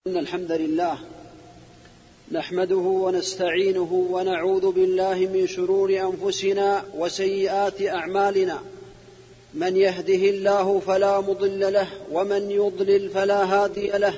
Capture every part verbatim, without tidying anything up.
إن الحمد لله نحمده ونستعينه ونعوذ بالله من شرور أنفسنا وسيئات أعمالنا. من يهده الله فلا مضل له ومن يضلل فلا هادي له،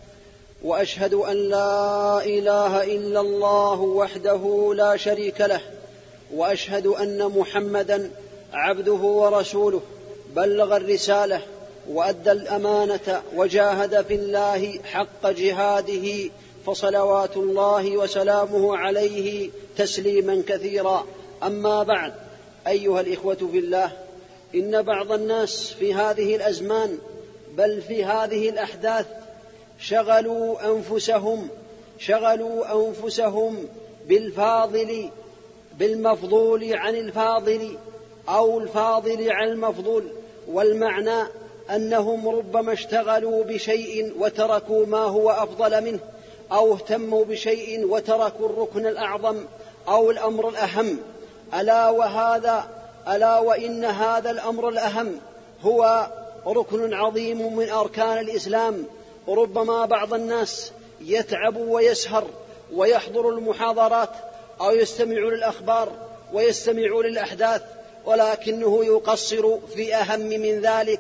وأشهد أن لا إله إلا الله وحده لا شريك له، وأشهد أن محمدا عبده ورسوله، بلغ الرسالة وأدى الأمانة وجاهد في الله حق جهاده، فصلوات الله وسلامه عليه تسليما كثيرا. أما بعد، أيها الإخوة في الله، إن بعض الناس في هذه الأزمان بل في هذه الأحداث شغلوا أنفسهم شغلوا أنفسهم بالفاضل بالمفضول عن الفاضل أو الفاضل عن المفضول، والمعنى أنهم ربما اشتغلوا بشيء وتركوا ما هو أفضل منه، أو اهتموا بشيء وتركوا الركن الأعظم أو الأمر الأهم. ألا وهذا ألا وإن هذا الأمر الأهم هو ركن عظيم من أركان الإسلام. ربما بعض الناس يتعب ويسهر ويحضر المحاضرات أو يستمع للأخبار ويستمع للأحداث، ولكنه يقصر في أهم من ذلك،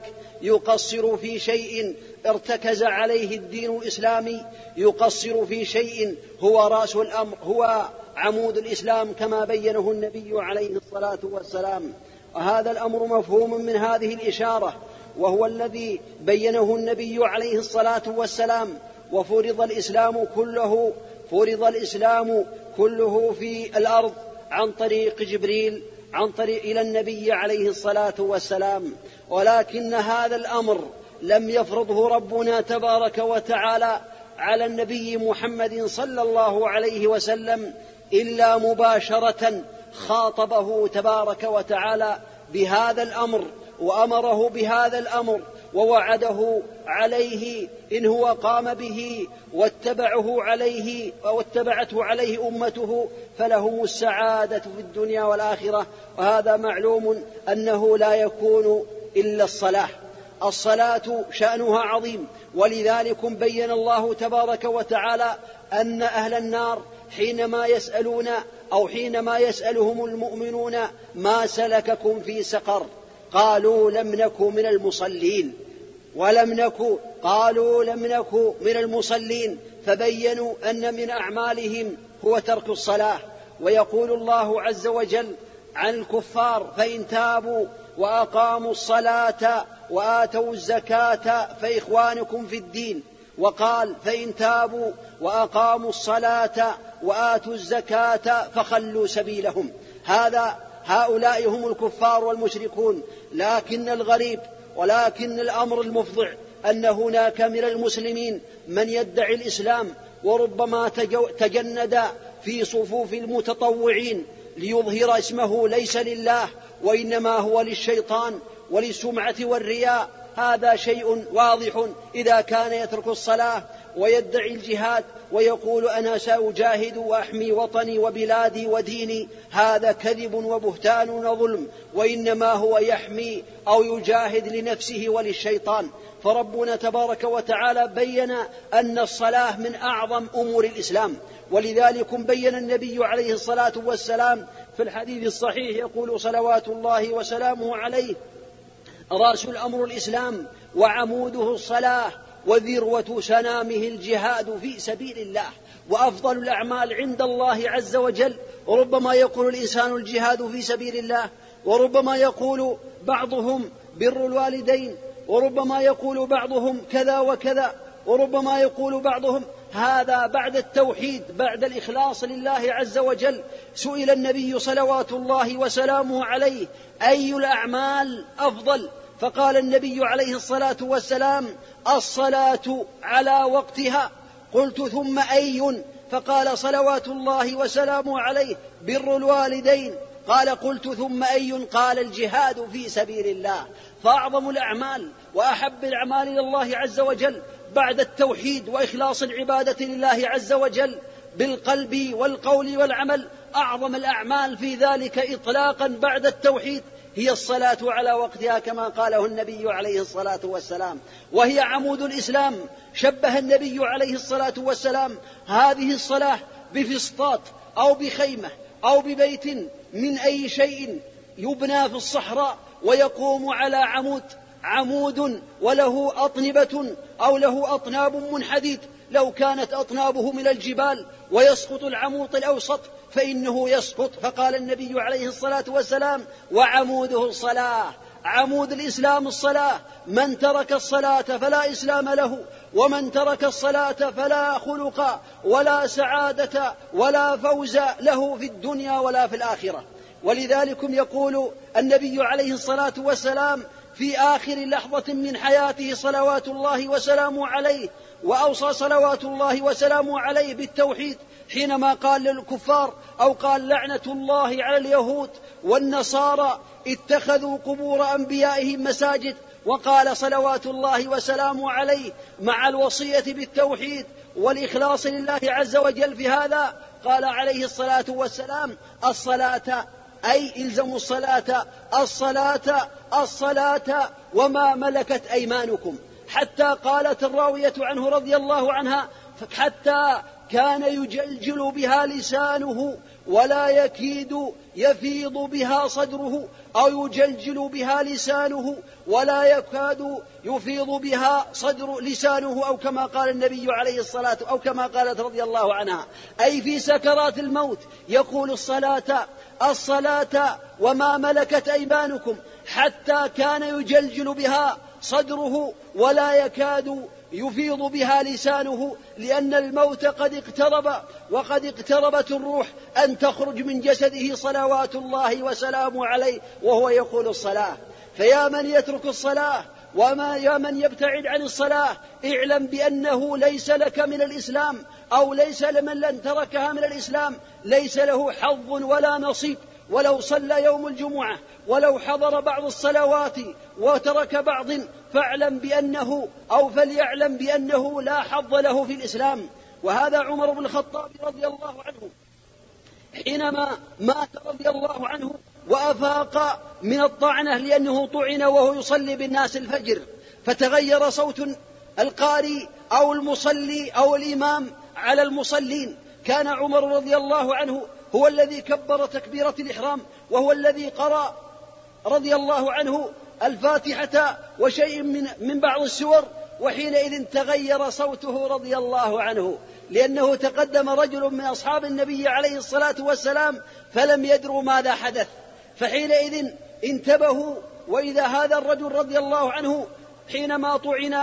يقصر في شيء ارتكز عليه الدين الإسلامي، يقصر في شيء هو رأس الأمر، هو عمود الإسلام كما بينه النبي عليه الصلاة والسلام. وهذا الأمر مفهوم من هذه الإشارة، وهو الذي بينه النبي عليه الصلاة والسلام. وفرض الإسلام كله فرض الإسلام كله في الأرض عن طريق جبريل عن طريق إلى النبي عليه الصلاة والسلام، ولكن هذا الأمر لم يفرضه ربنا تبارك وتعالى على النبي محمد صلى الله عليه وسلم إلا مباشرة. خاطبه تبارك وتعالى بهذا الأمر وأمره بهذا الأمر ووعده عليه إن هو قام به واتبعه عليه واتبعته عليه أمته فلهم السعادة في الدنيا والآخرة. وهذا معلوم أنه لا يكون إلا الصلاة. الصلاة شأنها عظيم، ولذلك بين الله تبارك وتعالى أن أهل النار حينما يسألون أو حينما يسألهم المؤمنون ما سلككم في سقر، قالوا لم نكن من المصلين ولم نكن قالوا لم نكن من المصلين فبينوا أن من أعمالهم هو ترك الصلاة. ويقول الله عز وجل عن الكفار: فإن تابوا وأقاموا الصلاة وآتوا الزكاة فإخوانكم في الدين. وقال: فإن تابوا وأقاموا الصلاة وآتوا الزكاة فخلوا سبيلهم. هذا هؤلاء هم الكفار والمشركون. لكن الغريب ولكن الأمر المفضع أن هناك من المسلمين من يدعي الإسلام وربما تجند في صفوف المتطوعين ليظهر اسمه ليس لله وإنما هو للشيطان وللسمعة والرياء. هذا شيء واضح إذا كان يترك الصلاة ويدعي الجهاد ويقول: أنا سأجاهد وأحمي وطني وبلادي وديني. هذا كذب وبهتان وظلم، وإنما هو يحمي أو يجاهد لنفسه وللشيطان. فربنا تبارك وتعالى بين أن الصلاة من أعظم أمور الإسلام، ولذلك بين النبي عليه الصلاة والسلام في الحديث الصحيح يقول صلوات الله وسلامه عليه: رأس الأمر الإسلام وعموده الصلاة وذروة سنامه الجهاد في سبيل الله. وأفضل الأعمال عند الله عز وجل ربما يقول الإنسان الجهاد في سبيل الله، وربما يقول بعضهم بر الوالدين، وربما يقول بعضهم كذا وكذا، وربما يقول بعضهم هذا بعد التوحيد بعد الإخلاص لله عز وجل. سئل النبي صلوات الله وسلامه عليه: أي الأعمال أفضل؟ فقال النبي عليه الصلاة والسلام: الصلاة على وقتها. قلت: ثم أي؟ فقال صلوات الله وسلامه عليه: بر الوالدين. قال: قلت: ثم أي؟ قال: الجهاد في سبيل الله. فأعظم الأعمال وأحب الأعمال إلى الله عز وجل بعد التوحيد وإخلاص العبادة لله عز وجل بالقلب والقول والعمل، أعظم الأعمال في ذلك إطلاقا بعد التوحيد هي الصلاة على وقتها كما قاله النبي عليه الصلاة والسلام، وهي عمود الإسلام. شبه النبي عليه الصلاة والسلام هذه الصلاة بفسطاط أو بخيمة أو ببيت من أي شيء يبنى في الصحراء ويقوم على عمود عمود وله أطنبة أو له أطناب من حديد. لو كانت أطنابه من الجبال ويسقط العمود الأوسط فإنه يسقط. فقال النبي عليه الصلاة والسلام: وعموده الصلاة. عمود الإسلام الصلاة. من ترك الصلاة فلا إسلام له، ومن ترك الصلاة فلا خلق ولا سعادة ولا فوز له في الدنيا ولا في الآخرة. ولذلك يقول النبي عليه الصلاة والسلام في آخر لحظة من حياته صلوات الله وسلامه عليه، وأوصى صلوات الله وسلامه عليه بالتوحيد حينما قال للكفار أو قال: لعنة الله على اليهود والنصارى اتخذوا قبور أنبيائهم مساجد. وقال صلوات الله وسلامه عليه مع الوصية بالتوحيد والإخلاص لله عز وجل في هذا، قال عليه الصلاة والسلام: الصلاة، أي إلزموا الصلاة، الصلاة الصلاة وما ملكت أيمانكم. حتى قالت الراوية عنه رضي الله عنها: حتى كان يجلجل بها لسانه ولا يكيد يفيض بها صدره، أو يجلجل بها لسانه ولا يكاد يفيض بها صدر لسانه، أو كما قال النبي عليه الصلاة أو كما قالت رضي الله عنها، أي في سكرات الموت يقول: الصلاة الصلاة وما ملكت أيمانكم. حتى كان يجلجل بها صدره ولا يكاد يفيض بها لسانه، لأن الموت قد اقترب، وقد اقتربت الروح أن تخرج من جسده صلوات الله وسلامه عليه وهو يقول الصلاة. فيا من يترك الصلاة وما يا من يبتعد عن الصلاة، اعلم بأنه ليس لك من الإسلام، أو ليس لمن لن تركها من الإسلام ليس له حظ ولا نصيب. ولو صلى يوم الجمعة ولو حضر بعض الصلوات وترك بعض، فاعلم بأنه أو فليعلم بأنه لا حظ له في الإسلام. وهذا عمر بن الخطاب رضي الله عنه حينما مات رضي الله عنه وأفاق من الطعنة، لأنه طعن وهو يصلي بالناس الفجر، فتغير صوت القارئ أو المصلي أو الإمام على المصلين. كان عمر رضي الله عنه هو الذي كبر تكبيرة الإحرام، وهو الذي قرأ رضي الله عنه الفاتحة وشيء من, من بعض السور، وحينئذ تغير صوته رضي الله عنه، لأنه تقدم رجل من أصحاب النبي عليه الصلاة والسلام فلم يدروا ماذا حدث، فحينئذ انتبهوا. وإذا هذا الرجل رضي الله عنه حينما طعن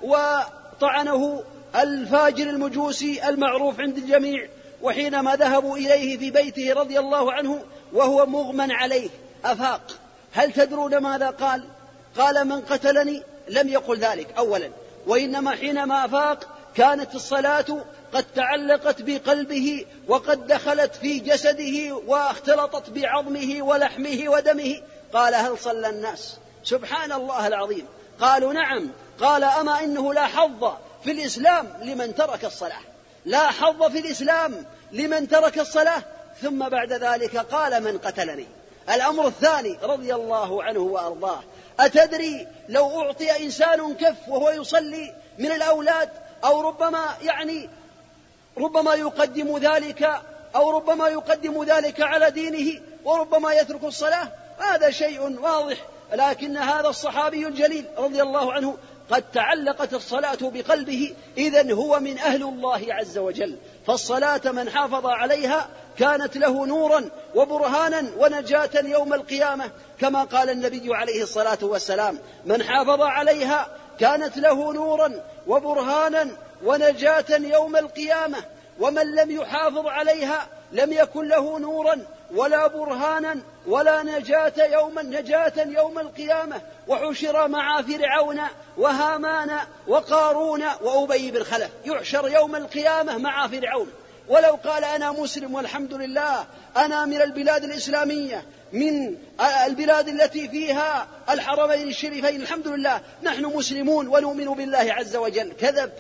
وطعنه الفاجر المجوسي المعروف عند الجميع، وحينما ذهبوا إليه في بيته رضي الله عنه وهو مغمى عليه أفاق. هل تدرون ماذا قال؟ قال: من قتلني. لم يقل ذلك أولا، وإنما حينما أفاق كانت الصلاة قد تعلقت بقلبه وقد دخلت في جسده واختلطت بعظمه ولحمه ودمه. قال: هل صلى الناس؟ سبحان الله العظيم. قالوا: نعم. قال: أما إنه لا حظ في الإسلام لمن ترك الصلاة، لا حظ في الإسلام لمن ترك الصلاة. ثم بعد ذلك قال: من قتلني. الأمر الثاني رضي الله عنه وأرضاه: أتدري لو أعطي إنسان كف وهو يصلي من الأولاد، أو ربما يعني ربما يقدم ذلك أو ربما يقدم ذلك على دينه، وربما يترك الصلاة، هذا شيء واضح. لكن هذا الصحابي الجليل رضي الله عنه قد تعلقت الصلاة بقلبه، إذن هو من أهل الله عز وجل. فالصلاة من حافظ عليها كانت له نورا وبرهانا ونجاة يوم القيامة، كما قال النبي عليه الصلاة والسلام: من حافظ عليها كانت له نورا وبرهانا ونجاة يوم القيامة، ومن لم يحافظ عليها لم يكن له نورا ولا برهانا ولا نجاة يوم نجاة يوم القيامة. وحشر مع فرعون وهامان وقارون وأبي بن خلف، يحشر يوم القيامة مع فرعون. ولو قال: أنا مسلم والحمد لله، أنا من البلاد الإسلامية، من البلاد التي فيها الحرمين الشريفين، الحمد لله نحن مسلمون ونؤمن بالله عز وجل، كذب.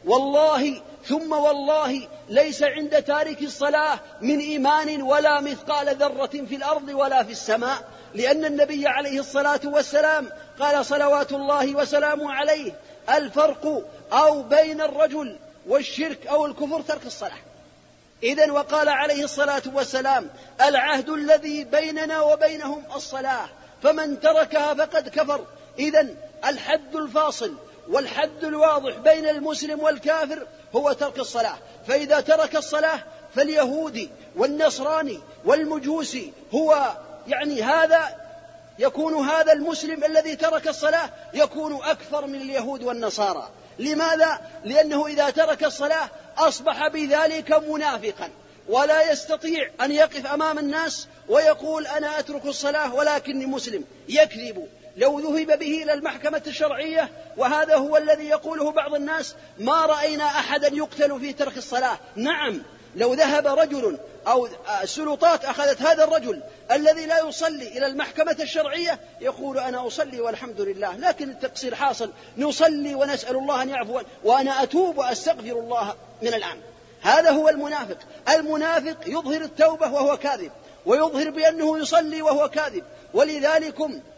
والله ثم والله ليس عند تارك الصلاة من إيمان ولا مثقال ذرة في الأرض ولا في السماء، لأن النبي عليه الصلاة والسلام قال صلوات الله وسلامه عليه: الفرق أو بين الرجل والشرك أو الكفر ترك الصلاة. إذن وقال عليه الصلاة والسلام: العهد الذي بيننا وبينهم الصلاة، فمن تركها فقد كفر. إذن الحد الفاصل والحد الواضح بين المسلم والكافر هو ترك الصلاة. فإذا ترك الصلاة فاليهودي والنصراني والمجوسي هو يعني هذا يكون هذا المسلم الذي ترك الصلاة يكون أكثر من اليهود والنصارى. لماذا؟ لأنه إذا ترك الصلاة أصبح بذلك منافقا، ولا يستطيع أن يقف أمام الناس ويقول: أنا أترك الصلاة ولكني مسلم. يكذب. لو ذهب به إلى المحكمة الشرعية، وهذا هو الذي يقوله بعض الناس: ما رأينا أحدا يقتل في ترك الصلاة. نعم، لو ذهب رجل أو السلطات أخذت هذا الرجل الذي لا يصلي إلى المحكمة الشرعية يقول: أنا أصلي والحمد لله، لكن التقصير حاصل، نصلي ونسأل الله أن يعفو، وأنا أتوب وأستغفر الله من الآن. هذا هو المنافق. المنافق يظهر التوبة وهو كاذب، ويظهر بأنه يصلي وهو كاذب. ولذلك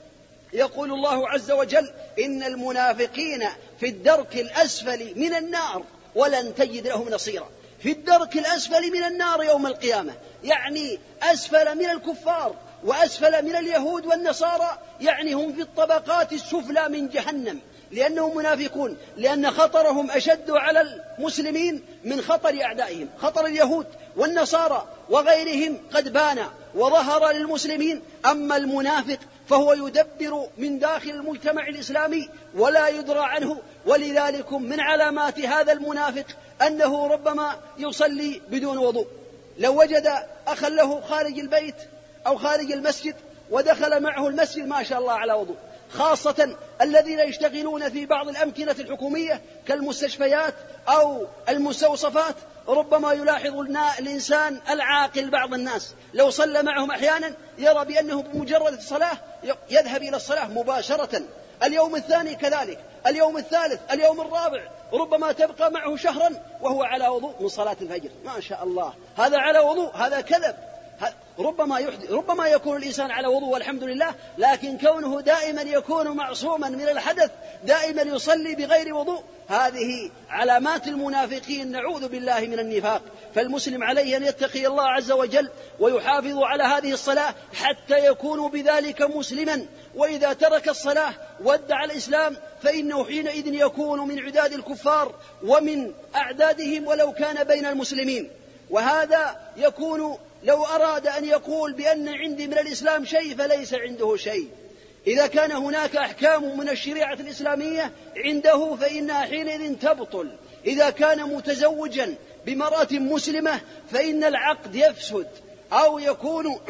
يقول الله عز وجل: إن المنافقين في الدرك الأسفل من النار ولن تجد لهم نصيرا. في الدرك الأسفل من النار يوم القيامة، يعني أسفل من الكفار وأسفل من اليهود والنصارى، يعني هم في الطبقات السفلى من جهنم، لأنهم منافقون، لأن خطرهم أشد على المسلمين من خطر أعدائهم. خطر اليهود والنصارى وغيرهم قد بان وظهر للمسلمين، أما المنافق فهو يدبر من داخل المجتمع الإسلامي ولا يدرى عنه. ولذلك من علامات هذا المنافق أنه ربما يصلي بدون وضوء. لو وجد أخا له خارج البيت أو خارج المسجد ودخل معه المسجد ما شاء الله على وضوء، خاصة الذين يشتغلون في بعض الأمكنة الحكومية كالمستشفيات أو المستوصفات، ربما يلاحظ الإنسان العاقل بعض الناس لو صلى معهم أحيانا يرى بأنه بمجرد الصلاة يذهب إلى الصلاة مباشرة. اليوم الثاني كذلك، اليوم الثالث، اليوم الرابع، ربما تبقى معه شهرا وهو على وضوء من صلاة الفجر. ما شاء الله، هذا على وضوء، هذا كذب. ربما يحدث، ربما يكون الإنسان على وضوء والحمد لله، لكن كونه دائما يكون معصوما من الحدث، دائما يصلي بغير وضوء، هذه علامات المنافقين، نعوذ بالله من النفاق. فالمسلم عليه أن يتقي الله عز وجل ويحافظ على هذه الصلاة حتى يكون بذلك مسلما. وإذا ترك الصلاة وادعى الإسلام فإنه حينئذ يكون من عداد الكفار ومن أعدادهم ولو كان بين المسلمين. وهذا يكون لو أراد أن يقول بأن عندي من الإسلام شيء فليس عنده شيء. إذا كان هناك أحكام من الشريعة الإسلامية عنده فإنها حينئذ تبطل. إذا كان متزوجا بمرأة مسلمة فإن العقد يفسد، أو يكون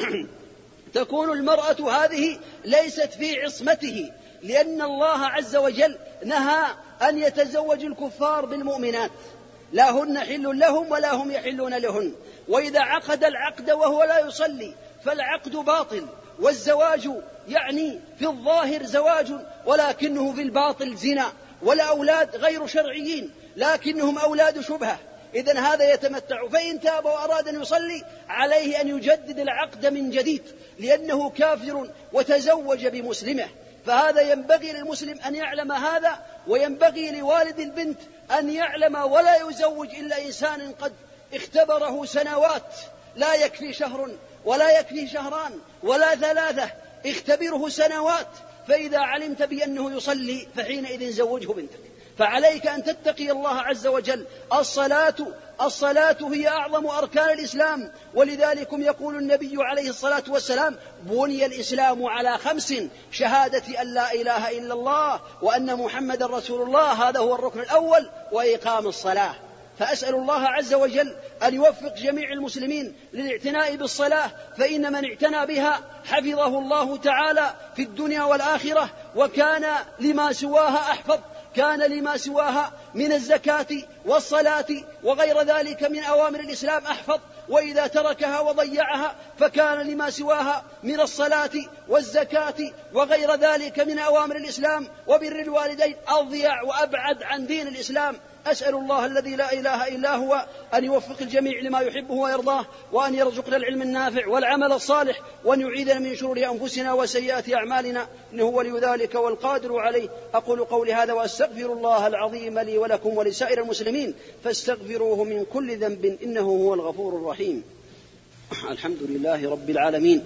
تكون المرأة هذه ليست في عصمته، لأن الله عز وجل نهى أن يتزوج الكفار بالمؤمنات، لا هن حل لهم ولا هم يحلون لهن. وإذا عقد العقد وهو لا يصلي فالعقد باطل، والزواج يعني في الظاهر زواج ولكنه في الباطل زنا، والأولاد غير شرعيين لكنهم أولاد شبهة. إذن هذا يتمتع، فإن تاب وأراد أن يصلي عليه أن يجدد العقد من جديد، لأنه كافر وتزوج بمسلمة. فهذا ينبغي للمسلم أن يعلم هذا، وينبغي لوالد البنت أن يعلم ولا يزوج إلا إنسان قد اختبره سنوات، لا يكفي شهر ولا يكفي شهران ولا ثلاثة، اختبره سنوات، فإذا علمت بأنه يصلي فحينئذ زوجه بنتك. فعليك أن تتقي الله عز وجل. الصلاة الصلاة هي أعظم أركان الإسلام، ولذلك يقول النبي عليه الصلاة والسلام: بني الإسلام على خمس: شهادة أن لا إله إلا الله وأن محمد رسول الله، هذا هو الركن الأول، وإقام الصلاة. فأسأل الله عز وجل أن يوفق جميع المسلمين للاعتناء بالصلاة، فإن من اعتنى بها حفظه الله تعالى في الدنيا والآخرة، وكان لما سواها أحفظ، كان لما سواها من الزكاة والصلاة وغير ذلك من أوامر الإسلام أحفظ، وإذا تركها وضيعها فكان لما سواها من الصلاة والزكاة وغير ذلك من أوامر الإسلام وبر الوالدين أضيع وأبعد عن دين الإسلام. أسأل الله الذي لا إله إلا هو أن يوفق الجميع لما يحبه ويرضاه، وأن يرزقنا العلم النافع والعمل الصالح، وأن يعيذنا من شرور أنفسنا وسيئات أعمالنا، إنه ولي ذلك والقادر عليه. أقول قولي هذا وأستغفر الله العظيم لي ولكم ولسائر المسلمين، فاستغفروه من كل ذنب إنه هو الغفور الرحيم. الحمد لله رب العالمين،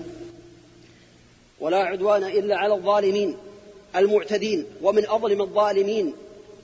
ولا عدوان إلا على الظالمين المعتدين، ومن أظلم الظالمين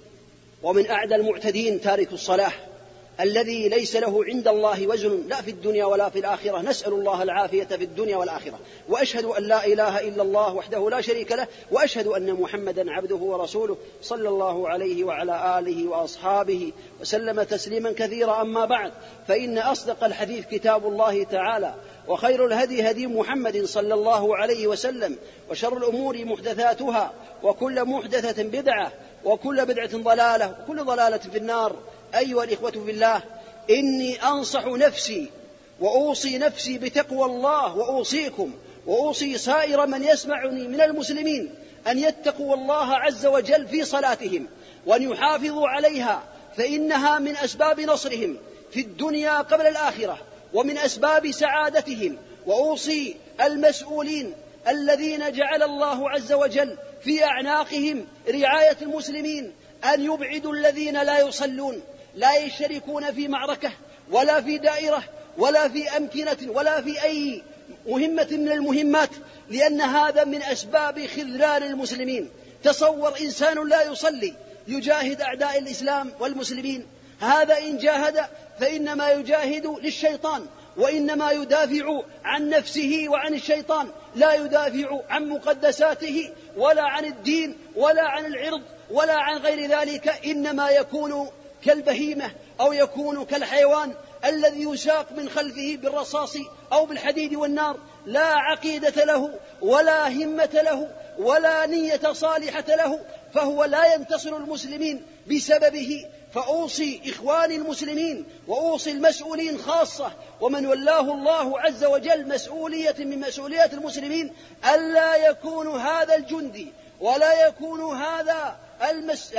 ومن أعدى المعتدين تارك الصلاة الذي ليس له عند الله وزن لا في الدنيا ولا في الآخرة. نسأل الله العافية في الدنيا والآخرة، وأشهد أن لا إله إلا الله وحده لا شريك له، وأشهد أن محمدا عبده ورسوله صلى الله عليه وعلى آله وأصحابه وسلم تسليما كثيرا. أما بعد، فإن أصدق الحديث كتاب الله تعالى، وخير الهدي هدي محمد صلى الله عليه وسلم، وشر الأمور محدثاتها، وكل محدثة بدعة، وكل بدعة ضلالة، وكل ضلالة في النار. أيها الإخوة في الله، إني أنصح نفسي وأوصي نفسي بتقوى الله، وأوصيكم وأوصي سائر من يسمعني من المسلمين أن يتقوا الله عز وجل في صلاتهم، وأن يحافظوا عليها، فإنها من أسباب نصرهم في الدنيا قبل الآخرة، ومن أسباب سعادتهم. وأوصي المسؤولين الذين جعل الله عز وجل في أعناقهم رعاية المسلمين أن يبعدوا الذين لا يصلون، لا يشتركون في معركة ولا في دائرة ولا في أمكنة ولا في أي مهمة من المهمات، لأن هذا من أسباب خذلان المسلمين. تصور إنسان لا يصلي يجاهد أعداء الإسلام والمسلمين، هذا إن جاهد فإنما يجاهد للشيطان، وإنما يدافع عن نفسه وعن الشيطان، لا يدافع عن مقدساته ولا عن الدين ولا عن العرض ولا عن غير ذلك، إنما يكون كالبهيمة أو يكون كالحيوان الذي يساق من خلفه بالرصاص أو بالحديد والنار، لا عقيدة له ولا همة له ولا نية صالحة له، فهو لا ينتصر المسلمين بسببه. فأوصي إخواني المسلمين وأوصي المسؤولين خاصة، ومن ولاه الله عز وجل مسؤولية من مسؤوليات المسلمين، ألا يكون هذا الجندي ولا يكون هذا المس...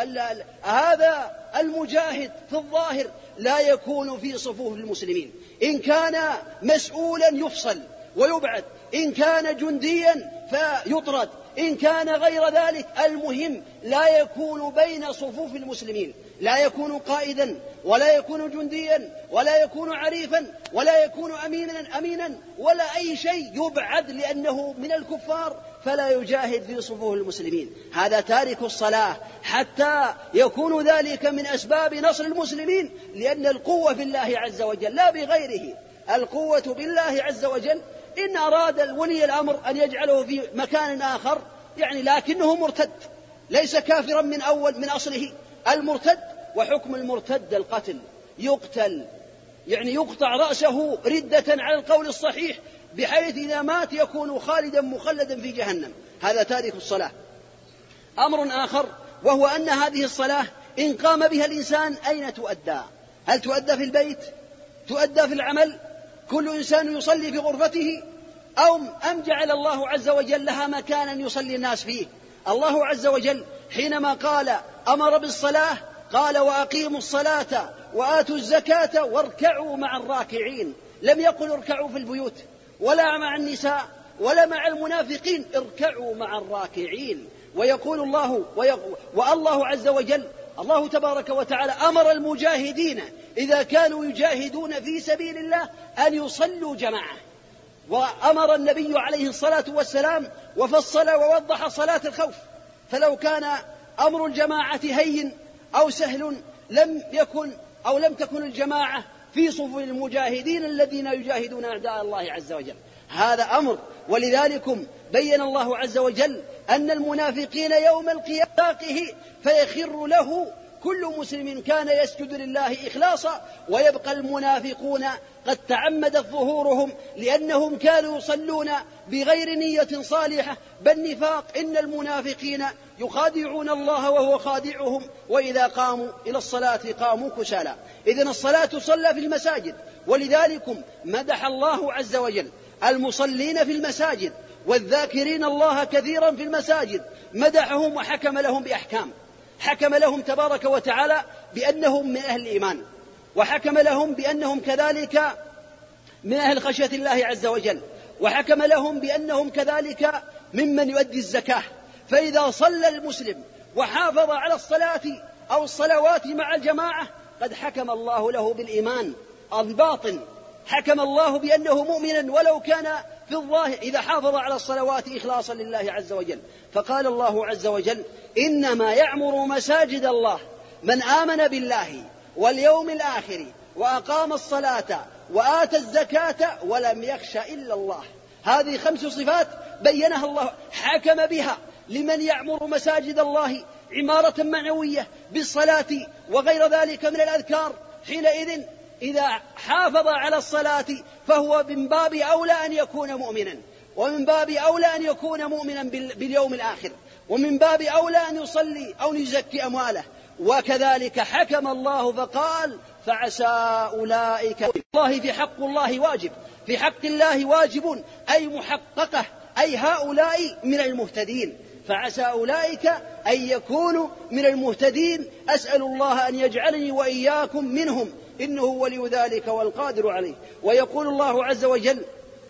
هذا المجاهد في الظاهر لا يكون في صفوف المسلمين. إن كان مسؤولا يفصل ويبعد، إن كان جنديا فيطرد، إن كان غير ذلك، المهم لا يكون بين صفوف المسلمين، لا يكون قائدا ولا يكون جنديا ولا يكون عريفا ولا يكون أمينا أمينا ولا أي شيء، يبعد لأنه من الكفار فلا يجاهد في صفوف المسلمين. هذا تارك الصلاة، حتى يكون ذلك من أسباب نصر المسلمين، لأن القوة في الله عز وجل لا بغيره، القوة بالله عز وجل. إن أراد الولي الأمر أن يجعله في مكان آخر يعني لكنه مرتد، ليس كافرا من أول من أصله. المرتد وحكم المرتد القتل، يقتل يعني يقطع رأسه ردة على القول الصحيح، بحيث إذا مات يكون خالدا مخلدا في جهنم. هذا تارك الصلاة. أمر آخر، وهو أن هذه الصلاة إن قام بها الإنسان أين تؤدى؟ هل تؤدى في البيت؟ تؤدى في العمل؟ كل إنسان يصلي في غرفته؟ أو أم جعل الله عز وجل لها مكانا يصلي الناس فيه؟ الله عز وجل حينما قال أمر بالصلاة قال وأقيموا الصلاة وآتوا الزكاة واركعوا مع الراكعين، لم يقل اركعوا في البيوت ولا مع النساء ولا مع المنافقين، اركعوا مع الراكعين. ويقول الله والله عز وجل الله تبارك وتعالى أمر المجاهدين إذا كانوا يجاهدون في سبيل الله أن يصلوا جماعة، وأمر النبي عليه الصلاة والسلام وفصل ووضح صلاة الخوف. فلو كان أمر الجماعة هين أو سهل لم يكن أو لم تكن الجماعة في صفوف المجاهدين الذين يجاهدون أعداء الله عز وجل. هذا أمر، ولذلك بين الله عز وجل أن المنافقين يوم القيامة فيخر له كل مسلم كان يسجد لله إخلاصا، ويبقى المنافقون قد تعمدت ظهورهم لأنهم كانوا يصلون بغير نية صالحة. بل نفاق، إن المنافقين يخادعون الله وهو خادعهم، وإذا قاموا إلى الصلاة قاموا كسالى. إذن الصلاة تصلى في المساجد، ولذلك مدح الله عز وجل المصلين في المساجد والذاكرين الله كثيرا في المساجد، مدحهم وحكم لهم بأحكام. حكم لهم تبارك وتعالى بأنهم من أهل الإيمان، وحكم لهم بأنهم كذلك من أهل خشية الله عز وجل، وحكم لهم بأنهم كذلك ممن يؤدي الزكاة. فإذا صلى المسلم وحافظ على الصلاة أو الصلوات مع الجماعة قد حكم الله له بالإيمان الباطن، حكم الله بأنه مؤمنا ولو كان في الظاهر إذا حافظ على الصلوات إخلاصا لله عز وجل. فقال الله عز وجل: إنما يعمر مساجد الله من آمن بالله واليوم الآخر وأقام الصلاة وآتى الزكاة ولم يخش إلا الله. هذه خمس صفات بينها الله، حكم بها لمن يعمر مساجد الله عمارة معنوية بالصلاة وغير ذلك من الأذكار. حينئذ إذا حافظ على الصلاة فهو من باب أولى أن يكون مؤمنا، ومن باب أولى أن يكون مؤمنا باليوم الآخر، ومن باب أولى أن يصلي أو يزكي أمواله. وكذلك حكم الله فقال: فعسى أولئك. الله في حق الله واجب، في حق الله واجب أي محققة، أي هؤلاء من المهتدين. فعسى أولئك أن يكونوا من المهتدين. أسأل الله أن يجعلني وإياكم منهم، إنه ولي ذلك والقادر عليه. ويقول الله عز وجل: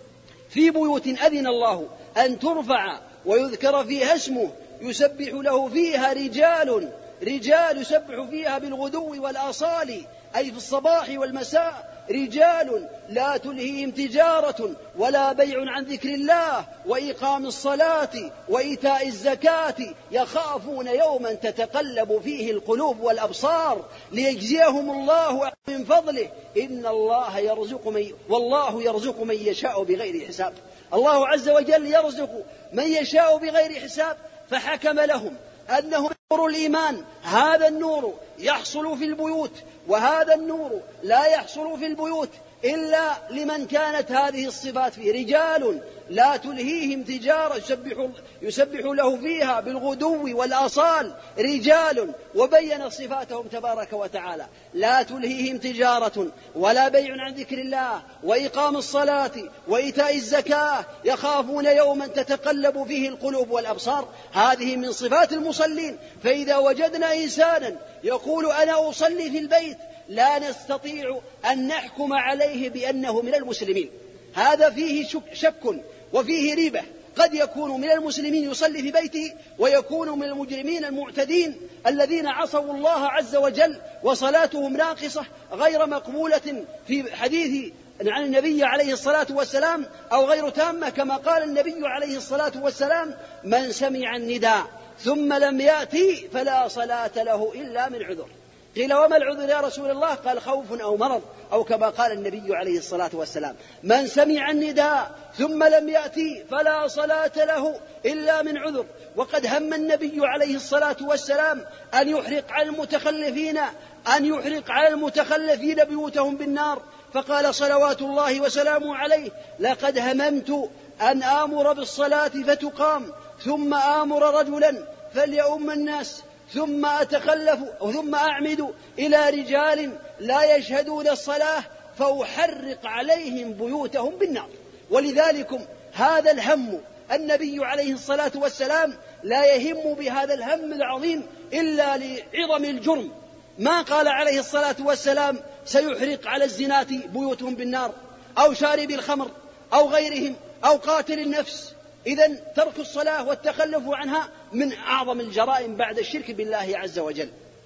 في بيوت أذن الله أن ترفع ويذكر فيها اسمه يسبح له فيها رجال رجال يسبح فيها بالغدو والآصال، أي في الصباح والمساء، رجال لا تلهيهم تجارة ولا بيع عن ذكر الله وإقام الصلاة وإيتاء الزكاة يخافون يوما تتقلب فيه القلوب والأبصار ليجزيهم الله من فضله إن الله يرزق من والله يرزق من يشاء بغير حساب. الله عز وجل يرزق من يشاء بغير حساب. فحكم لهم أنه نور الإيمان، هذا النور يحصل في البيوت، وهذا النور لا يحصل في البيوت إلا لمن كانت هذه الصفات فيه: رجال لا تلهيهم تجارة يسبح, يسبح له فيها بالغدو والآصال، رجال. وبين صفاتهم تبارك وتعالى: لا تلهيهم تجارة ولا بيع عن ذكر الله وإقام الصلاة وإيتاء الزكاة يخافون يوما تتقلب فيه القلوب والأبصار. هذه من صفات المصلين. فإذا وجدنا إنسانا يقول أنا أصلي في البيت لا نستطيع أن نحكم عليه بأنه من المسلمين. هذا فيه شك وفيه ريبة. قد يكون من المسلمين يصلي في بيته، ويكون من المجرمين المعتدين الذين عصوا الله عز وجل وصلاتهم ناقصة غير مقبولة في حديث عن النبي عليه الصلاة والسلام، أو غير تامة، كما قال النبي عليه الصلاة والسلام: من سمع النداء ثم لم يأتي فلا صلاة له إلا من عذر. قيل: وما العذر يا رسول الله؟ قال: خوف أو مرض، أو كما قال النبي عليه الصلاة والسلام: من سمع النداء ثم لم يأتي فلا صلاة له إلا من عذر. وقد هم النبي عليه الصلاة والسلام أن يحرق على المتخلفين أن يحرق على المتخلفين بيوتهم بالنار، فقال صلوات الله وسلامه عليه: لقد هممت أن آمر بالصلاة فتقام ثم آمر رجلا فليؤم الناس ثم أتخلف ثم أعمد إلى رجال لا يشهدون الصلاة فأحرق عليهم بيوتهم بالنار. ولذلك هذا الهم النبي عليه الصلاة والسلام لا يهم بهذا الهم العظيم إلا لعظم الجرم. ما قال عليه الصلاة والسلام سيحرق على الزناة بيوتهم بالنار، أو شارب الخمر، أو غيرهم، أو قاتل النفس. إذن ترك الصلاة والتخلف عنها من أعظم الجرائم بعد الشرك بالله عز وجل.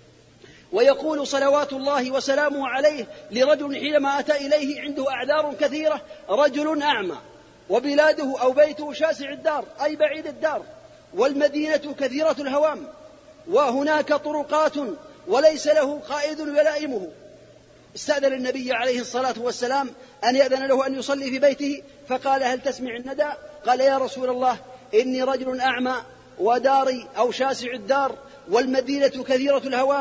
ويقول صلوات الله وسلامه عليه لرجل حينما أتى إليه عنده أعذار كثيرة: رجل أعمى وبلاده أو بيته شاسع الدار أي بعيد الدار، والمدينة كثيرة الهوام، وهناك طرقات وليس له قائد يلائمه. استأذن النبي عليه الصلاة والسلام أن يأذن له أن يصلي في بيته، فقال: هل تسمع الندى؟ قال: يا رسول الله إني رجل أعمى وداري أو شاسع الدار والمدينة كثيرة الهوام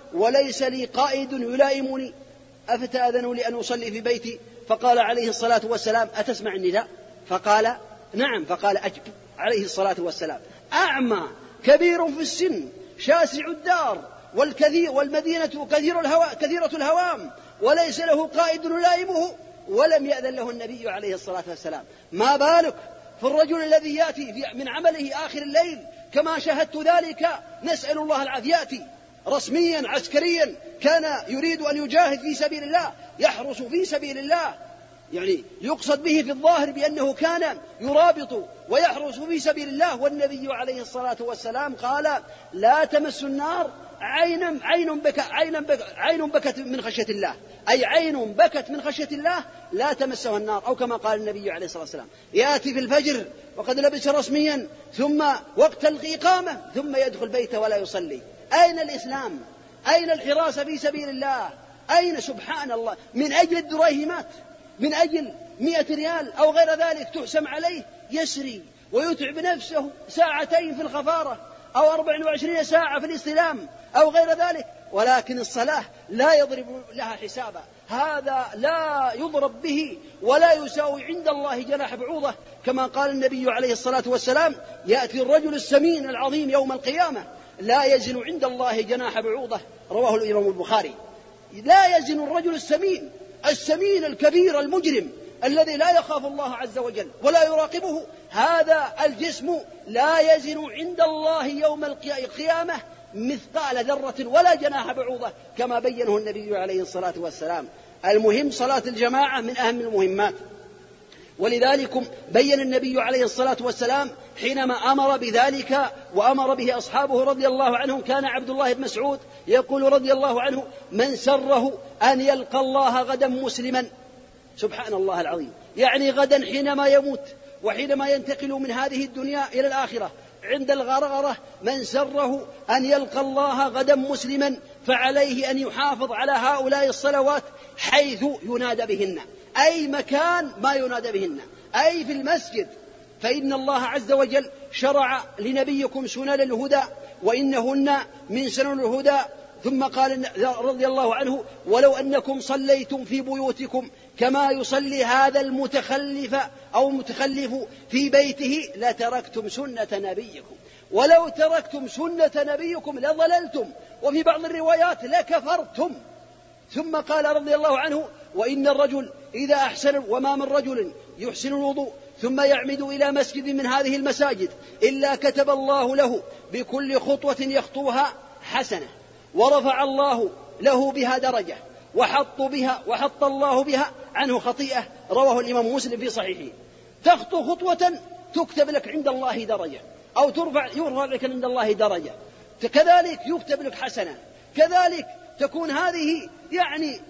وليس لي قائد يلائمني أفتأذن لي أن أصلي في بيتي؟ فقال عليه الصلاة والسلام أتسمع النداء؟ فقال نعم. فقال أجب عليه الصلاة والسلام. أعمى كبير في السن شاسع الدار والكثير والمدينة كثير الهوا كثيرة الهوام وليس له قائد يلائمه ولم يأذن له النبي عليه الصلاة والسلام، ما بالك في الرجل الذي يأتي من عمله آخر الليل كما شاهدت ذلك، نسأل الله العافية، يأتي رسميا عسكريا كان يريد أن يجاهد في سبيل الله، يحرس في سبيل الله، يعني يقصد به في الظاهر بأنه كان يرابط ويحرس في سبيل الله، والنبي عليه الصلاة والسلام قال لا تمس النار عين عين بك عين بك عين بكت من خشية الله، أي عين بكت من خشية الله لا تمسها النار، أو كما قال النبي عليه الصلاة والسلام. يأتي في الفجر وقد لبس رسميا ثم وقت الإقامة ثم يدخل بيته ولا يصلي. أين الإسلام؟ أين الحراسة في سبيل الله؟ أين سبحان الله؟ من أجل الدريهمات، من أجل مئة ريال أو غير ذلك تحسم عليه يسري ويتعب نفسه ساعتين في الخفارة أو أربع وعشرين ساعة في الاستلام أو غير ذلك، ولكن الصلاة لا يضرب لها حسابا، هذا لا يضرب به ولا يساوي عند الله جناح بعوضة، كما قال النبي عليه الصلاة والسلام يأتي الرجل السمين العظيم يوم القيامة لا يزن عند الله جناح بعوضة، رواه الإمام البخاري. لا يزن الرجل السمين السمين الكبير المجرم الذي لا يخاف الله عز وجل ولا يراقبه، هذا الجسم لا يزن عند الله يوم القيامة مثقال ذرة ولا جناح بعوضة، كما بينه النبي عليه الصلاة والسلام. المهم صلاة الجماعة من أهم المهمات، ولذلك بين النبي عليه الصلاة والسلام حينما أمر بذلك وأمر به أصحابه رضي الله عنهم، كان عبد الله بن مسعود يقول رضي الله عنه من سره أن يلقى الله غدا مسلما، سبحان الله العظيم، يعني غدا حينما يموت وحينما ينتقل من هذه الدنيا إلى الآخرة عند الغرغرة، من سره أن يلقى الله غدا مسلما فعليه أن يحافظ على هؤلاء الصلوات حيث ينادى بهن، أي مكان ما ينادى بهن، أي في المسجد، فإن الله عز وجل شرع لنبيكم سنن الهدى وإنهن من سنن الهدى. ثم قال رضي الله عنه ولو أنكم صليتم في بيوتكم كما يصلي هذا المتخلف أو المتخلف في بيته لتركتم سنة نبيكم، ولو تركتم سنة نبيكم لضللتم، وفي بعض الروايات لكفرتم. ثم قال رضي الله عنه وإن الرجل إذا أحسن وما من رجل يحسن الوضوء ثم يعمد إلى مسجد من هذه المساجد إلا كتب الله له بكل خطوة يخطوها حسنة ورفع الله له بها درجة وحط بها وحط الله بها عنه خطيئة، رواه الإمام مسلم في صحيحه. تخطو خطوة تكتب لك عند الله درجة، أو ترفع يرفع لك عند الله درجة، كذلك يكتب لك حسنة، كذلك تكون هذه يعني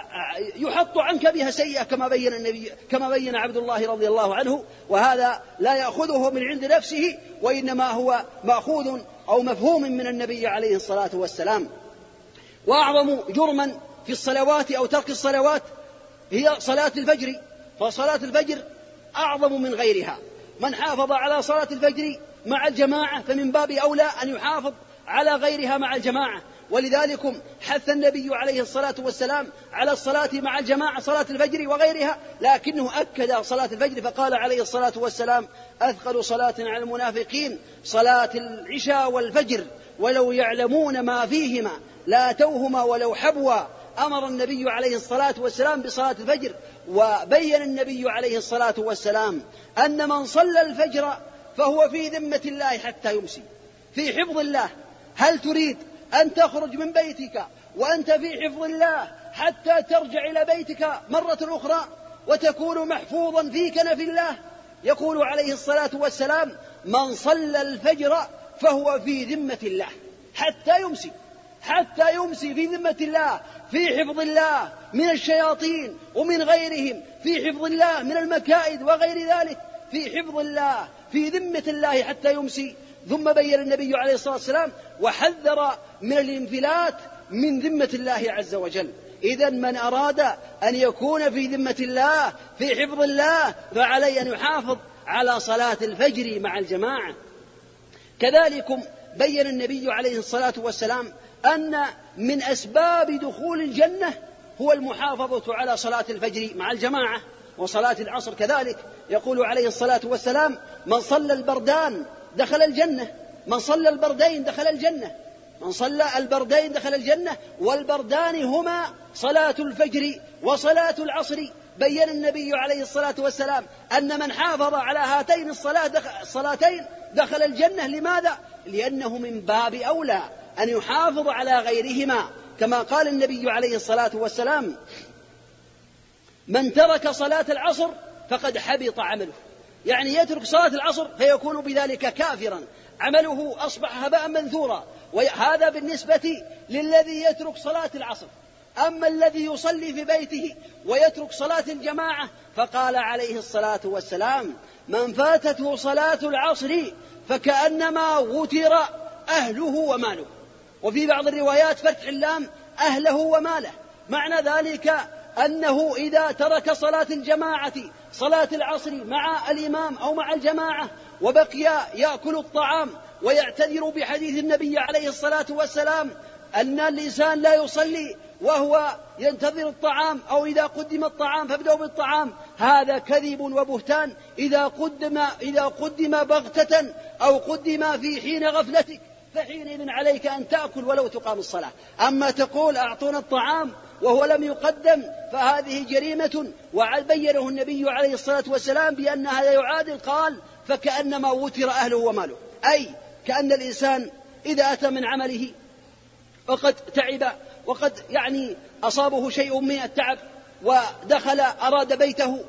يحط عنك بها سيئة كما بين النبي كما بين عبد الله رضي الله عنه، وهذا لا يأخذه من عند نفسه وإنما هو مأخوذ أو مفهوم من النبي عليه الصلاة والسلام. وأعظم جرما في الصلوات أو ترك الصلوات هي صلاة الفجر، فصلاة الفجر أعظم من غيرها، من حافظ على صلاة الفجر مع الجماعة فمن باب أولى أن يحافظ على غيرها مع الجماعة، ولذلك حث النبي عليه الصلاة والسلام على الصلاة مع الجماعة صلاة الفجر وغيرها، لكنه أكد صلاة الفجر فقال عليه الصلاة والسلام أثقل صلاة على المنافقين صلاة العشاء والفجر ولو يعلمون ما فيهما لا توهما ولو حبوا. أمر النبي عليه الصلاة والسلام بصلاة الفجر، وبين النبي عليه الصلاة والسلام أن من صلى الفجر فهو في ذمة الله حتى يمسي، في حفظ الله. هل تريد أن تخرج من بيتك وأنت في حفظ الله حتى ترجع إلى بيتك مرة أخرى وتكون محفوظا في كنف الله؟ يقول عليه الصلاة والسلام من صلى الفجر فهو في ذمة الله حتى يمسي، حتى يمسي في ذمة الله، في حفظ الله من الشياطين ومن غيرهم، في حفظ الله من المكائد وغير ذلك، في حفظ الله في ذمة الله حتى يمسي. ثم بين النبي عليه الصلاة والسلام وحذر من الانفلات من ذمة الله عز وجل. إذن من أراد أن يكون في ذمة الله في حفظ الله فعليه أن يحافظ على صلاة الفجر مع الجماعة. كذلك بين النبي عليه الصلاة والسلام أن من أسباب دخول الجنة هو المحافظة على صلاة الفجر مع الجماعة وصلاة العصر كذلك. يقول عليه الصلاة والسلام: من صلى البردان دخل الجنة، من صلى البردين دخل الجنة، من صلى البردين دخل الجنة، والبردان هما صلاة الفجر وصلاة العصر. بين النبي عليه الصلاة والسلام أن من حافظ على هاتين الصلاتين دخل الجنة. لماذا؟ لأنه من باب أولى أن يحافظ على غيرهما، كما قال النبي عليه الصلاة والسلام: من ترك صلاة العصر فقد حبط عمله. يعني يترك صلاة العصر فيكون بذلك كافرا، عمله أصبح هباء منثورا. وهذا بالنسبة للذي يترك صلاة العصر. أما الذي يصلي في بيته ويترك صلاة الجماعة فقال عليه الصلاة والسلام: من فاتته صلاة العصر فكأنما وتر أهله وماله. وفي بعض الروايات فتح اللام أهله وماله، معنى ذلك أنه إذا ترك صلاة الجماعة صلاة العصر مع الإمام أو مع الجماعة وبقي يأكل الطعام ويعتذر بحديث النبي عليه الصلاة والسلام أن الإنسان لا يصلي وهو ينتظر الطعام، أو إذا قدم الطعام فابدأوا بالطعام، هذا كذب وبهتان. إذا قدم, إذا قدم بغتة أو قدم في حين غفلتك فحينئذ عليك أن تأكل ولو تقام الصلاة. أما تقول أعطونا الطعام وهو لم يقدم فهذه جريمة. وبينه النبي عليه الصلاة والسلام بأن هذا يعادل، قال: فكأنما وتر أهله وماله، أي كأن الإنسان إذا أتى من عمله وقد تعب وقد يعني أصابه شيء من التعب ودخل أراد بيته،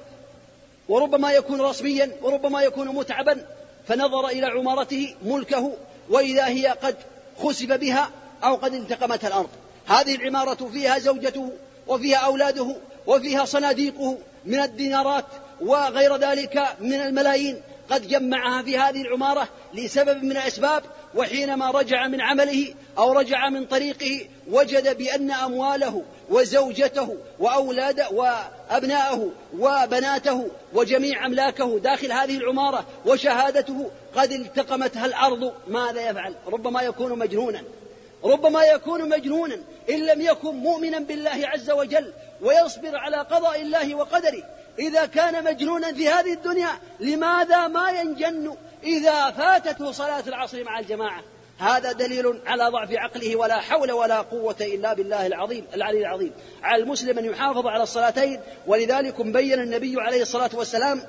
وربما يكون رسميا وربما يكون متعبا، فنظر إلى عمارته ملكه وإذا هي قد خسف بها أو قد التقمتها الأرض. هذه العمارة فيها زوجته وفيها أولاده وفيها صناديقه من الدينارات وغير ذلك من الملايين، قد جمعها في هذه العمارة لسبب من الأسباب، وحينما رجع من عمله أو رجع من طريقه وجد بأن أمواله وزوجته وأولاده وأبناءه وبناته وجميع أملاكه داخل هذه العمارة وشهادته قد التقمتها الأرض. ماذا يفعل؟ ربما يكون مجنونا، ربما يكون مجنونا إن لم يكن مؤمنا بالله عز وجل ويصبر على قضاء الله وقدره. إذا كان مجنونا في هذه الدنيا لماذا ما ينجن إذا فاتته صلاة العصر مع الجماعة؟ هذا دليل على ضعف عقله، ولا حول ولا قوة إلا بالله العظيم العلي العظيم. على المسلم أن يحافظ على الصلاتين. ولذلك بين النبي عليه الصلاة والسلام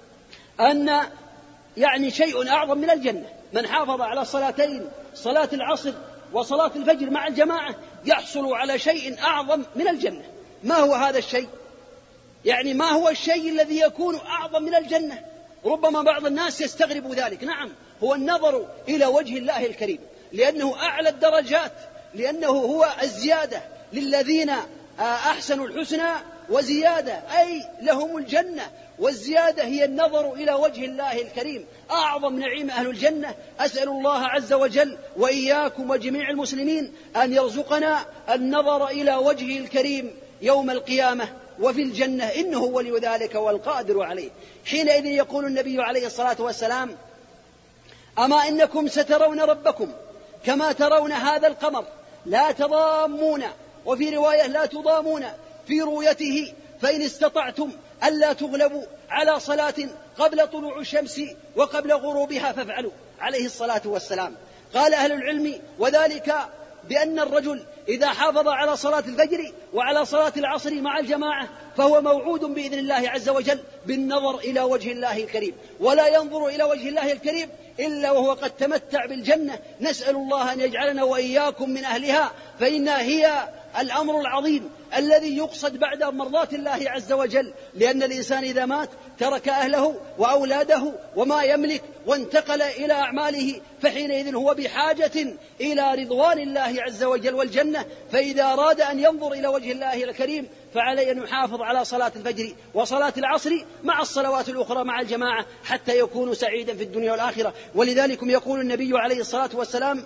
أن يعني شيء أعظم من الجنة. من حافظ على الصلاتين صلاة العصر وصلاة الفجر مع الجماعة يحصل على شيء أعظم من الجنة. ما هو هذا الشيء؟ يعني ما هو الشيء الذي يكون أعظم من الجنة؟ ربما بعض الناس يستغرب ذلك. نعم، هو النظر إلى وجه الله الكريم، لأنه أعلى الدرجات، لأنه هو الزيادة للذين أحسنوا الحسنى وزيادة، أي لهم الجنة، والزيادة هي النظر إلى وجه الله الكريم. أعظم نعيم أهل الجنة. أسأل الله عز وجل وإياكم وجميع المسلمين أن يرزقنا النظر إلى وجهه الكريم يوم القيامة وفي الجنة، إنه ولي ذلك والقادر عليه. حينئذ يقول النبي عليه الصلاة والسلام: أما إنكم سترون ربكم كما ترون هذا القمر لا تضامون، وفي رواية لا تضامون في رؤيته، فإن استطعتم ألا تغلبوا على صلاة قبل طلوع الشمس وقبل غروبها فافعلوا، عليه الصلاة والسلام. قال أهل العلم: وذلك بأن الرجل إذا حافظ على صلاة الفجر وعلى صلاة العصر مع الجماعة فهو موعود بإذن الله عز وجل بالنظر إلى وجه الله الكريم، ولا ينظر إلى وجه الله الكريم إلا وهو قد تمتع بالجنة. نسأل الله أن يجعلنا وإياكم من أهلها، فإنها هي الأمر العظيم الذي يقصد بعد مرضاة الله عز وجل، لأن الإنسان إذا مات ترك أهله وأولاده وما يملك وانتقل إلى أعماله، فحينئذ هو بحاجة إلى رضوان الله عز وجل والجنة. فإذا أراد أن ينظر إلى وجه الله الكريم فعليه أن يحافظ على صلاة الفجر وصلاة العصر مع الصلوات الأخرى مع الجماعة حتى يكون سعيدا في الدنيا والآخرة. ولذلك يقول النبي عليه الصلاة والسلام: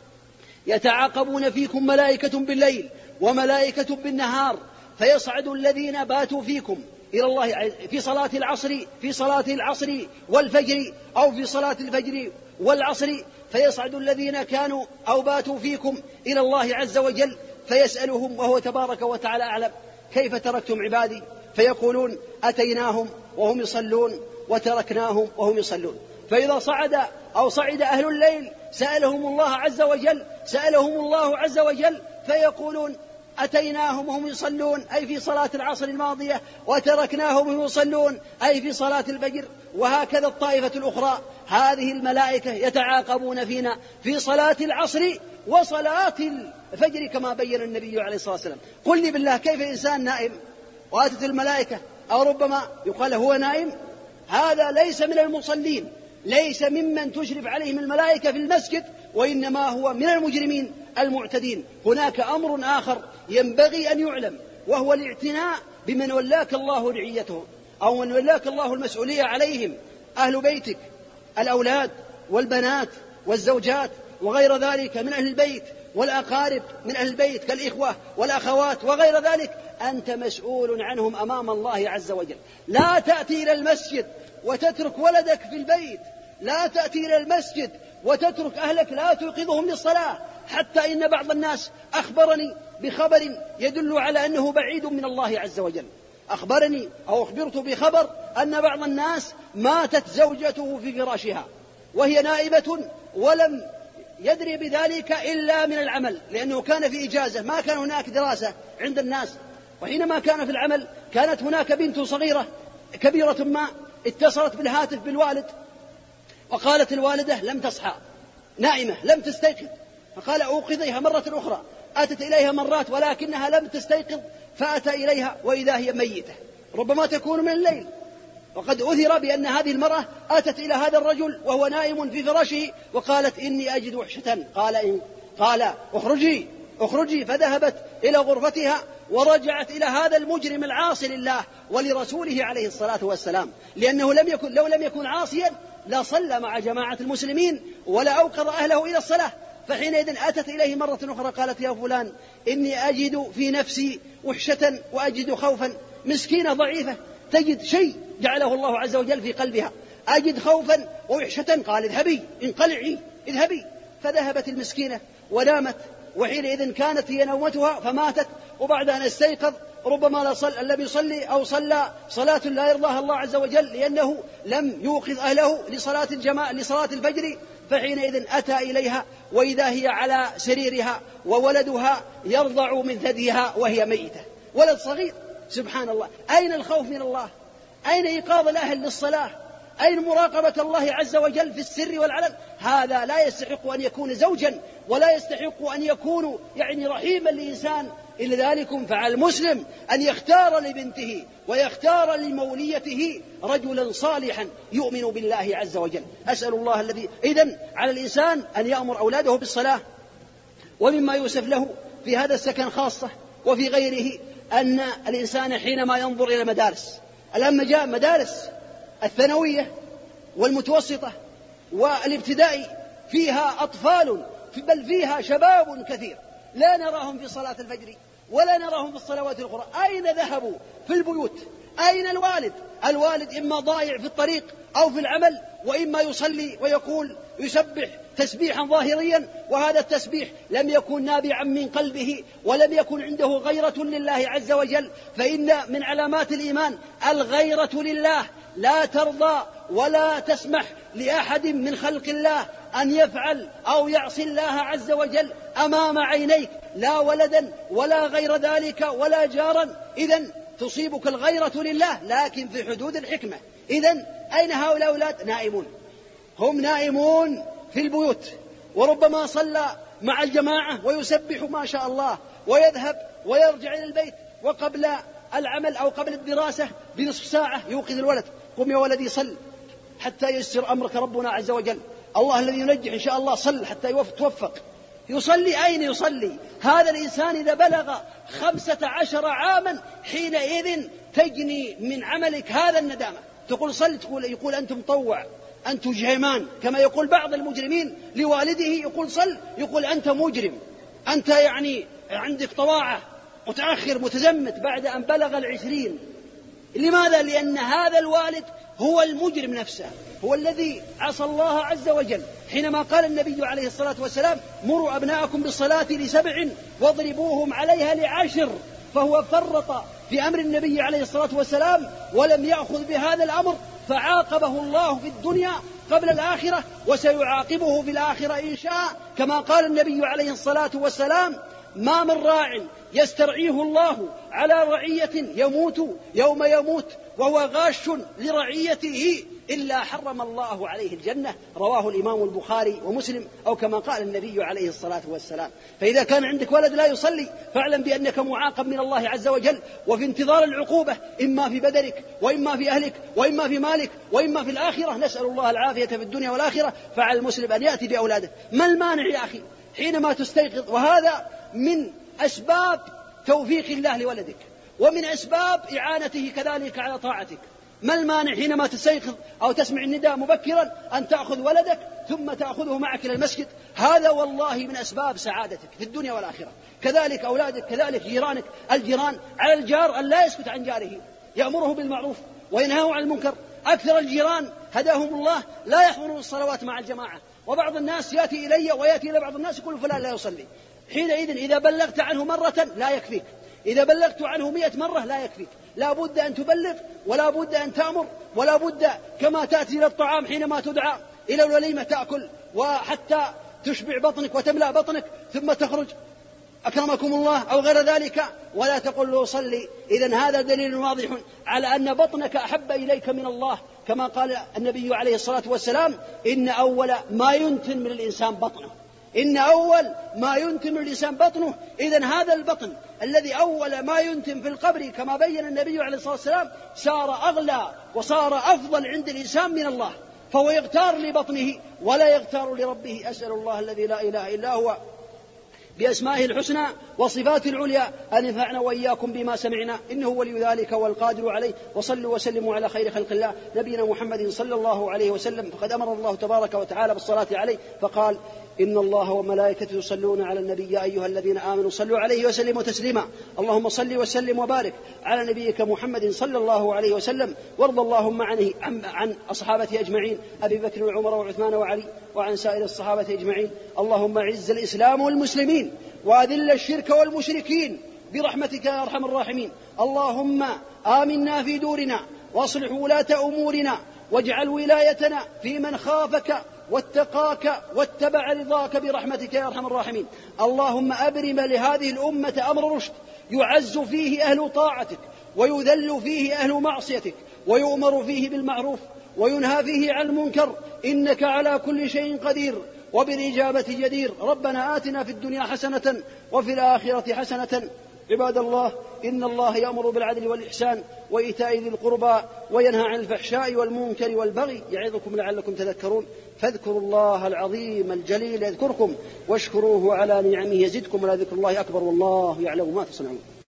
يتعاقبون فيكم ملائكة بالليل وملائكة بالنهار، فيصعد الذين باتوا فيكم إلى الله في صلاة العصر في صلاة العصر والفجر، أو في صلاة الفجر والعصر، فيصعد الذين كانوا أو باتوا فيكم إلى الله عز وجل فيسألهم وهو تبارك وتعالى أعلم: كيف تركتم عبادي؟ فيقولون: أتيناهم وهم يصلون وتركناهم وهم يصلون. فإذا صعد أو صعد أهل الليل سألهم الله عز وجل سألهم الله عز وجل فيقولون: أتيناهم وهم يصلون، أي في صلاة العصر الماضية، وتركناهم وهم يصلون، أي في صلاة الفجر. وهكذا الطائفة الأخرى، هذه الملائكة يتعاقبون فينا في صلاة العصر وصلاة الفجر كما بين النبي عليه الصلاة والسلام. قل لي بالله، كيف إنسان نائم وآتت الملائكة أو ربما يقال هو نائم؟ هذا ليس من المصلين، ليس ممن تشرف عليهم الملائكة في المسجد، وإنما هو من المجرمين المعتدين. هناك أمر آخر ينبغي أن يعلم، وهو الاعتناء بمن ولاك الله رعيته أو من ولاك الله المسؤولية عليهم، أهل بيتك، الأولاد والبنات والزوجات وغير ذلك من أهل البيت، والأقارب من أهل البيت كالإخوة والأخوات وغير ذلك. أنت مسؤول عنهم أمام الله عز وجل. لا تأتي إلى المسجد وتترك ولدك في البيت، لا تأتي إلى المسجد وتترك أهلك لا توقظهم للصلاة، حتى إن بعض الناس أخبرني بخبر يدل على أنه بعيد من الله عز وجل. أخبرني أو أخبرت بخبر أن بعض الناس ماتت زوجته في فراشها وهي نائبة، ولم يدري بذلك إلا من العمل، لأنه كان في إجازة، ما كان هناك دراسة عند الناس. وحينما كان في العمل كانت هناك بنت صغيرة كبيرة ما اتصلت بالهاتف بالوالد، وقالت الوالدة: لم تصحى، نائمة لم تستيقظ. فقال: أوقظيها مرة أخرى. أتت إليها مرات ولكنها لم تستيقظ، فأتى إليها وإذا هي ميتة، ربما تكون من الليل. وقد أثر بأن هذه المرأة أتت إلى هذا الرجل وهو نائم في فراشه وقالت: إني أجد وحشة. قال إن قال اخرجي اخرجي فذهبت إلى غرفتها ورجعت إلى هذا المجرم العاصي لله ولرسوله عليه الصلاة والسلام، لأنه لم يكن لو لم يكن عاصيا لا صلى مع جماعة المسلمين ولا أوقظ أهله إلى الصلاة. فحينئذ أتت إليه مرة أخرى قالت: يا فلان، إني أجد في نفسي وحشة وأجد خوفا. مسكينة ضعيفة تجد شيء جعله الله عز وجل في قلبها، أجد خوفا ووحشة. قال: اذهبي انقلعي اذهبي. فذهبت المسكينة ونامت، وحينئذ كانت هي نومتها فماتت. وبعد أن استيقظ ربما لا صل... لم يصلي أو صلى صلاة لا يرضاها الله عز وجل، لأنه لم يوقظ أهله لصلاة الجماعة لصلاة الفجر. فحينئذ أتى إليها وإذا هي على سريرها وولدها يرضع من ثديها وهي ميتة، ولد صغير. سبحان الله، أين الخوف من الله؟ أين إيقاظ الأهل للصلاة؟ أين مراقبة الله عز وجل في السر والعلن؟ هذا لا يستحق أن يكون زوجا ولا يستحق أن يكون يعني رحيما لإنسان. إلا ذلكم فعلى المسلم أن يختار لبنته ويختار لموليته رجلا صالحا يؤمن بالله عز وجل. أسأل الله الذي إذن على الإنسان أن يأمر أولاده بالصلاة. ومما يوسف له في هذا السكن خاصة وفي غيره أن الإنسان حينما ينظر إلى المدارس، الآن جاء مدارس الثانوية والمتوسطة والابتدائي فيها أطفال بل فيها شباب كثير لا نراهم في صلاة الفجر ولا نراهم في الصلوات الأخرى. أين ذهبوا في البيوت؟ أين الوالد؟ الوالد إما ضائع في الطريق أو في العمل، وإما يصلي ويقول يسبح تسبيحا ظاهريا، وهذا التسبيح لم يكن نابعا من قلبه ولم يكن عنده غيرة لله عز وجل. فإن من علامات الإيمان الغيرة لله، لا ترضى ولا تسمح لأحد من خلق الله أن يفعل أو يعصي الله عز وجل أمام عينيك، لا ولدا ولا غير ذلك ولا جارا. إذن تصيبك الغيرة لله لكن في حدود الحكمة. إذن أين هؤلاء الأولاد؟ نائمون، هم نائمون في البيوت، وربما صلى مع الجماعة ويسبح ما شاء الله ويذهب ويرجع إلى البيت، وقبل العمل أو قبل الدراسة بنصف ساعة يوقظ الولد: قم يا ولدي صل حتى ييسر أمرك ربنا عز وجل، الله الذي ينجح إن شاء الله، صل حتى توفق. يصلي أين يصلي؟ هذا الإنسان إذا بلغ خمسة عشر عاما حينئذ تجني من عملك هذا الندامة. تقول صل، تقول يقول أنت مطوع، أنت جهيمان، كما يقول بعض المجرمين لوالده، يقول صل يقول أنت مجرم، أنت يعني عندك طواعة، متأخر متزمت بعد أن بلغ العشرين. لماذا؟ لأن هذا الوالد هو المجرم نفسه، هو الذي عصى الله عز وجل، حينما قال النبي عليه الصلاة والسلام: مروا أبناءكم بالصلاة لسبع واضربوهم عليها لعشر. فهو فرط في أمر النبي عليه الصلاة والسلام ولم يأخذ بهذا الأمر، فعاقبه الله في الدنيا قبل الآخرة، وسيعاقبه في الآخرة إن شاء، كما قال النبي عليه الصلاة والسلام: ما من راع يسترعيه الله على رعية يموت يوم يموت وهو غاش لرعيته إلا حرم الله عليه الجنة. رواه الإمام البخاري ومسلم، أو كما قال النبي عليه الصلاة والسلام. فإذا كان عندك ولد لا يصلي فاعلم بأنك معاقب من الله عز وجل، وفي انتظار العقوبة إما في بدنك وإما في أهلك وإما في مالك وإما في الآخرة. نسأل الله العافية في الدنيا والآخرة. فعلى المسلم أن يأتي بأولاده. ما المانع يا أخي حينما تستيقظ؟ وهذا من أسباب توفيق الله لولدك، ومن أسباب إعانته كذلك على طاعتك. ما المانع حينما تستيقظ أو تسمع النداء مبكرا أن تأخذ ولدك ثم تأخذه معك إلى المسجد؟ هذا والله من أسباب سعادتك في الدنيا والآخرة. كذلك أولادك، كذلك جيرانك. الجيران على الجار أن لا يسكت عن جاره، يأمره بالمعروف وينهاه عن المنكر. أكثر الجيران هداهم الله لا يحضرون الصلوات مع الجماعة، وبعض الناس يأتي إلي ويأتي إلى بعض الناس يقول فلان لا يصلي. حينئذ إذا بلغت عنه مرة لا يكفيك، إذا بلغت عنه مئة مرة لا يكفيك. لا بد أن تبلغ، ولا بد أن تأمر، ولا بد كما تأتي إلى الطعام حينما تدعى إلى الوليمة تأكل وحتى تشبع بطنك وتملأ بطنك ثم تخرج أكرمكم الله أو غير ذلك، ولا تقل له صلي. إذن هذا دليل واضح على أن بطنك أحب إليك من الله، كما قال النبي عليه الصلاة والسلام: إن أول ما ينتن من الإنسان بطنه. إن أول ما ينتن من الإنسان بطنه. إذن هذا البطن الذي أول ما ينتن في القبر كما بين النبي عليه الصلاة والسلام صار أغلى وصار أفضل عند الإنسان من الله، فهو يغتار لبطنه ولا يغتار لربه. أسأل الله الذي لا إله إلا هو بأسمائه الحسنى وصفاته العليا أن ينفعنا وإياكم بما سمعنا، إنه ولي ذلك والقادر عليه. وصلوا وسلموا على خير خلق الله نبينا محمد صلى الله عليه وسلم. فقد أمر الله تبارك وتعالى بالصلاة عليه فقال: إن الله وملائكته يصلون على النبي يا أيها الذين آمنوا صلوا عليه وسلموا تسليما. اللهم صل وسلم وبارك على نبيك محمد صلى الله عليه وسلم، وارض اللهم عنه عن أصحابته أجمعين، أبي بكر وعمر وعثمان وعلي، وعن سائر الصحابة أجمعين. اللهم أعز الإسلام والمسلمين وأذل الشرك والمشركين برحمتك يا أرحم الراحمين. اللهم آمنا في دورنا واصلح ولاة أمورنا، واجعل ولايتنا في من خافك واتقاك واتبع رضاك برحمتك يا أرحم الراحمين. اللهم أبرم لهذه الأمة أمر رشد يعز فيه أهل طاعتك ويذل فيه أهل معصيتك، ويؤمر فيه بالمعروف وينهى فيه عن المنكر، إنك على كل شيء قدير وبالإجابة جدير. ربنا آتنا في الدنيا حسنة وفي الآخرة حسنة. عباد الله، إن الله يأمر بالعدل والإحسان وإيتاء ذي القربى وينهى عن الفحشاء والمنكر والبغي يعظكم لعلكم تذكرون. فاذكروا الله العظيم الجليل يذكركم، واشكروه على نعمه يزدكم، ولذكر الله أكبر والله يعلم ما تصنعون.